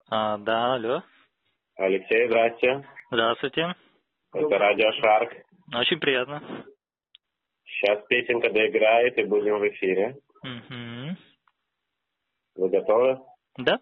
Да, алло. Алексей, здрасте. Здравствуйте. Это радио Шарк. Очень приятно. Сейчас песенка доиграет и будем в эфире. Угу. Вы готовы? Да?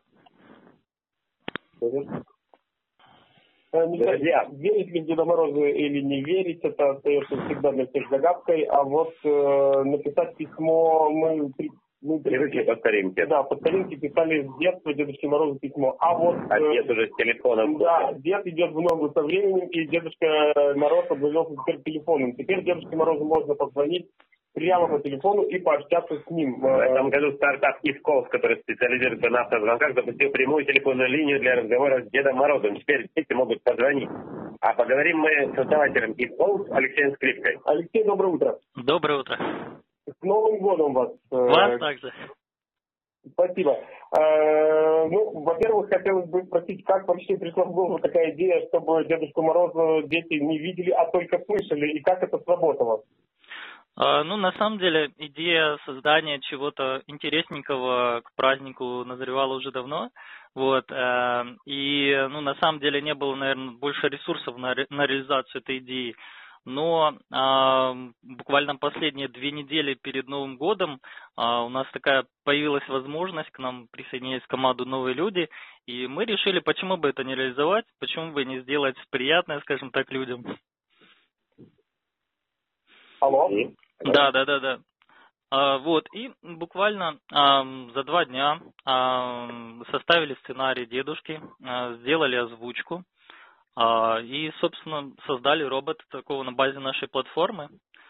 Друзья, верить ли в Деда Мороза или не верить, это остается всегда для всех загадкой. А вот написать письмо мы Привыкли по старинке. Да, по старинке писали с детства Дедушке Морозу письмо. А дед уже с телефоном. Да, дед идет в ногу со временем, и Дедушка Мороз обзавелся теперь телефоном. Теперь Дедушке Морозу можно позвонить прямо по телефону и пообщаться с ним. В этом году стартап Ивков, который специализируется на автозвонках, запустил прямую телефонную линию для разговора с Дедом Морозом. Теперь дети могут позвонить. А поговорим мы с основателем Ивков Алексеем Скрипкой. Алексей, доброе утро. Доброе утро. С Новым годом вас. Вас также. Спасибо. Во-первых, хотелось бы спросить, как вообще пришла в голову такая идея, чтобы Дедушку Мороза дети не видели, а только слышали, и как это сработало? На самом деле, идея создания чего-то интересненького к празднику назревала уже давно. И на самом деле не было, наверное, больше ресурсов на реализацию этой идеи. Но буквально последние 2 недели перед Новым годом у нас такая появилась возможность, к нам присоединились в команду новые люди, и мы решили, почему бы это не реализовать, почему бы не сделать приятное, скажем так, людям. Алло? Да. И буквально за 2 дня составили сценарий дедушки, сделали озвучку. И, собственно, создали робота такого на базе нашей платформы.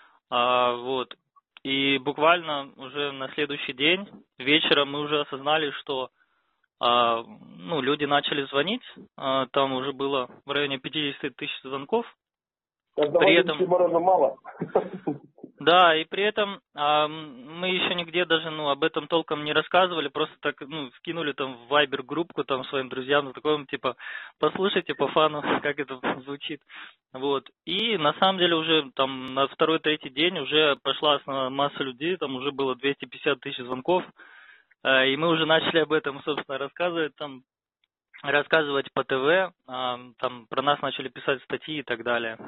И буквально уже на следующий день, вечером, мы уже осознали, что люди начали звонить. Там уже было в районе 50 тысяч звонков. При этом мало. Да, и при этом мы еще нигде даже об этом толком не рассказывали, просто так скинули там в Viber группку там своим друзьям, таком типа послушайте по фану, как это звучит. И на самом деле уже там на 2-3 день уже пошла основная масса людей, там уже было 250 тысяч звонков, и мы уже начали об этом, собственно, рассказывать по ТВ, там про нас начали писать статьи и так далее.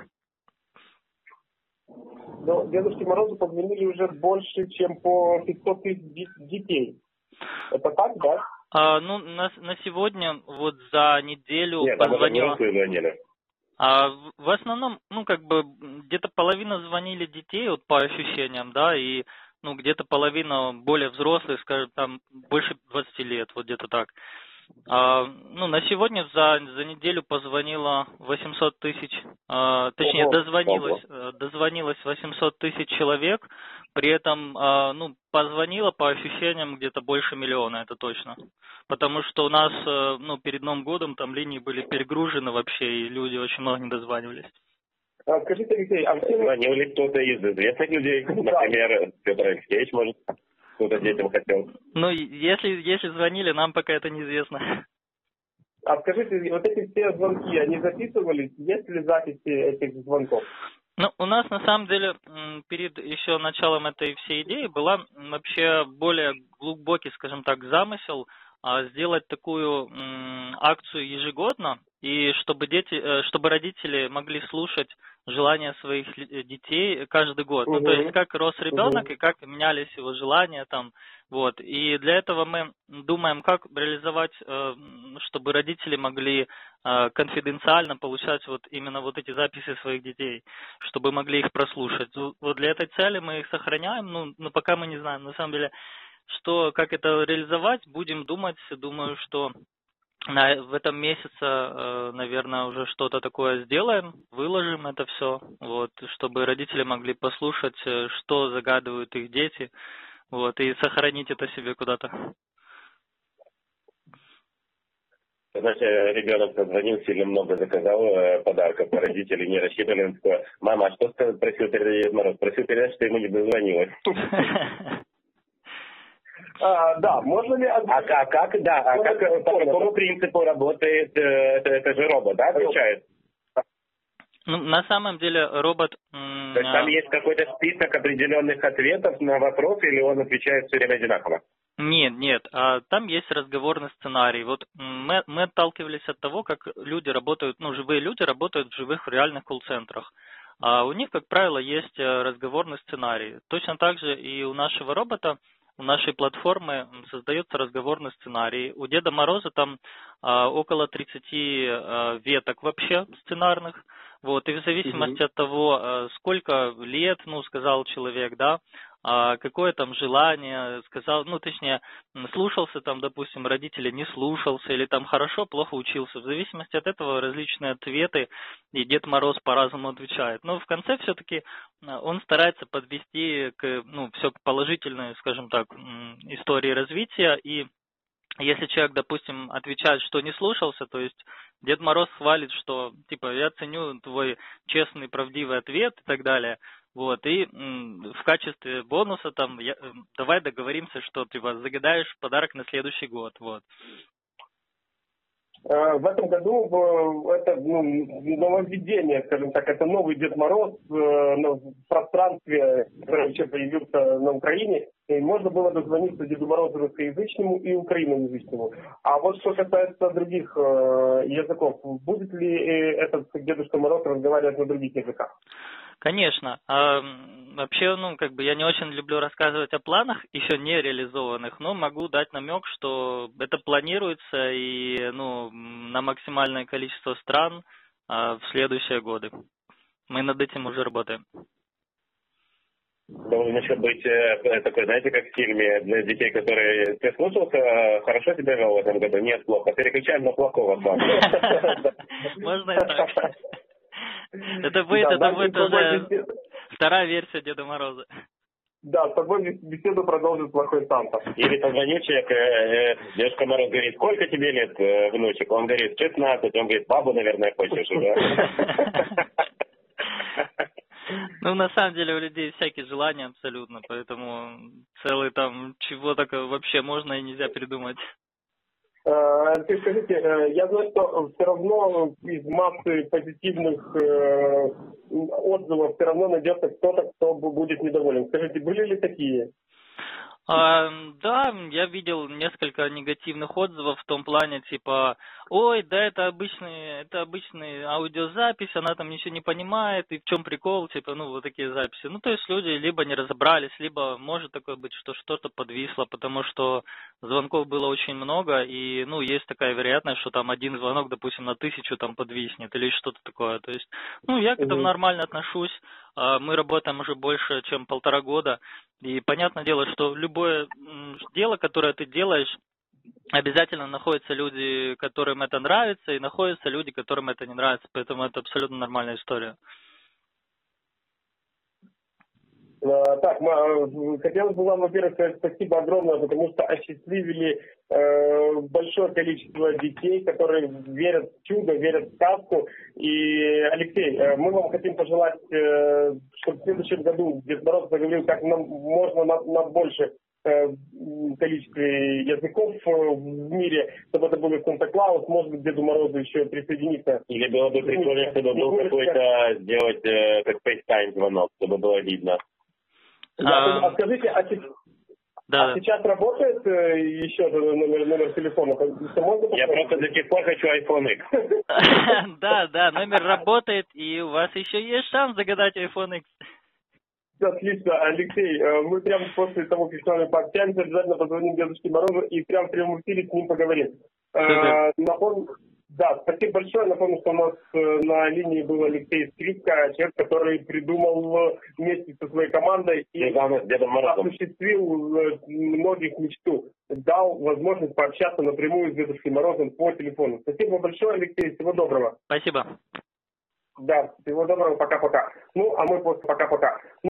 Но Дедушке Морозу позвонили уже больше, чем по 500 тысяч детей. Это так, да? На сегодня за неделю позвонило. В основном, где-то половина звонили детей, по ощущениям, да, и где-то половина более взрослых, скажем, там больше 20 лет, где-то так. На сегодня за неделю позвонило 800 тысяч, точнее, дозвонилось 800 тысяч человек, при этом, позвонило по ощущениям где-то больше 1 миллиона, это точно. Потому что у нас, перед Новым годом там линии были перегружены вообще, и люди очень много не дозванивались. Скажите, Алексей, звонил кто-то из известных людей, например, Петр Алексеевич, может? Кто-то детям хотел. Если звонили, нам пока это неизвестно. А скажите, вот эти все звонки, они записывались? Есть ли записи этих звонков? У нас на самом деле перед еще началом этой всей идеи была вообще более глубокий, скажем так, замысел сделать такую акцию ежегодно, и чтобы родители могли слушать желания своих детей каждый год. То есть как рос ребенок и как менялись его желания там. И для этого мы думаем, как реализовать, чтобы родители могли конфиденциально получать именно эти записи своих детей, чтобы могли их прослушать. Для этой цели мы их сохраняем, но пока мы не знаем, на самом деле, как это реализовать, будем думать. Думаю, что в этом месяце, наверное, уже что-то такое сделаем, выложим это все, чтобы родители могли послушать, что загадывают их дети, и сохранить это себе куда-то. Значит, ребенок позвонил, сильно много заказал подарков, родители не рассчитывали, он такой: мама, а что просил передать Дед Мороз? Просил передать, что ему не дозвонилось. Да, можно ли... по какому принципу работает, это же робот, да, отвечает? На самом деле робот... То есть там есть какой-то список определенных ответов на вопрос, или он отвечает все время одинаково? Нет, нет, там есть разговорный сценарий. Вот мы отталкивались от того, как люди работают, ну, живые люди работают в живых реальных колл-центрах. А у них, как правило, есть разговорный сценарий. Точно так же и у нашего робота, у нашей платформы создается разговорный сценарий. У Деда Мороза там около 30 веток вообще сценарных. Вот, и в зависимости от того, сколько лет, ну, сказал человек, да, какое там желание, сказал, ну, точнее, слушался там, допустим, родители, не слушался, или там хорошо, плохо учился. В зависимости от этого различные ответы, и Дед Мороз по-разному отвечает. Но в конце все-таки он старается подвести к, ну, все к положительной, скажем так, истории развития. И если человек, допустим, отвечает, что не слушался, то есть Дед Мороз хвалит, что, типа, я ценю твой честный, правдивый ответ и так далее. Вот, и в качестве бонуса там давай договоримся, что ты загадаешь подарок на следующий год. Вот. В этом году это нововведение, скажем так, это новый Дед Мороз в пространстве, который еще появился на Украине. И можно было дозвониться Деду Морозу русскоязычному и украиноязычному. А вот что касается других языков, будет ли этот Дедушка Мороз разговаривать на других языках? Конечно. Вообще, ну, как бы я не очень люблю рассказывать о планах, еще не реализованных, но могу дать намек, что это планируется и, ну, на максимальное количество стран в следующие годы. Мы над этим уже работаем. Должен еще быть такой, знаете, как в фильме для детей, которые... Ты слушался, хорошо себя вел в этом году? Нет, плохо. Переключаем на плохого плана. Можно и так. Это будет уже вторая версия Деда Мороза. Да, с тобой беседу продолжит плохой Санта. Или позвонит человек, Дедушка Мороз говорит, сколько тебе лет, внучек? Он говорит, 16. Он говорит, бабу, наверное, хочешь уже. Ну, на самом деле, у людей всякие желания абсолютно, поэтому целый там чего такого вообще можно и нельзя придумать. Скажите, я знаю, что все равно из массы позитивных отзывов все равно найдется кто-то, кто будет недоволен. Скажите, были ли такие? Да, я видел несколько негативных отзывов в том плане, типа, ой, да это обычный аудиозапись, она там ничего не понимает, и в чем прикол, типа, ну, вот такие записи. Ну, то есть люди либо не разобрались, либо может такое быть, что что-то подвисло, потому что звонков было очень много, и, ну, есть такая вероятность, что там один звонок, допустим, на 1000 там подвиснет, или что-то такое. То есть, ну, я к этому нормально отношусь, мы работаем уже больше, чем 1,5 года, и понятное дело, что любое дело, которое ты делаешь, обязательно находятся люди, которым это нравится, и находятся люди, которым это не нравится. Поэтому это абсолютно нормальная история. Так, хотелось бы вам, во-первых, сказать спасибо огромное, потому что осчастливили большое количество детей, которые верят в чудо, верят в сказку. И, Алексей, мы вам хотим пожелать, чтобы в следующем году Дед Мороз заговорил как можно на больше количестве языков в мире, чтобы это был и Санта-Клаус, может быть, Деду Морозу еще присоединиться. Или было бы прикольно, чтобы был какой-то сделать как FaceTime звонок, чтобы было видно. А скажите, сейчас работает еще номер телефона? Я просто до сих пор хочу iPhone X. Да, номер работает, и у вас еще есть шанс загадать iPhone X. Отлично, Алексей, мы прямо после того, как с вами пообщаемся, обязательно позвоним Дедушке Морозу и прямо в прямом эфире с ним поговорим. Да, спасибо большое. Напомню, что у нас на линии был Алексей Скрипка, человек, который придумал вместе со своей командой и осуществил многих мечту. Дал возможность пообщаться напрямую с Дедушкой Морозом по телефону. Спасибо большое, Алексей. Всего доброго. Спасибо. Да, всего доброго. Пока-пока. Ну, а мы после пока-пока.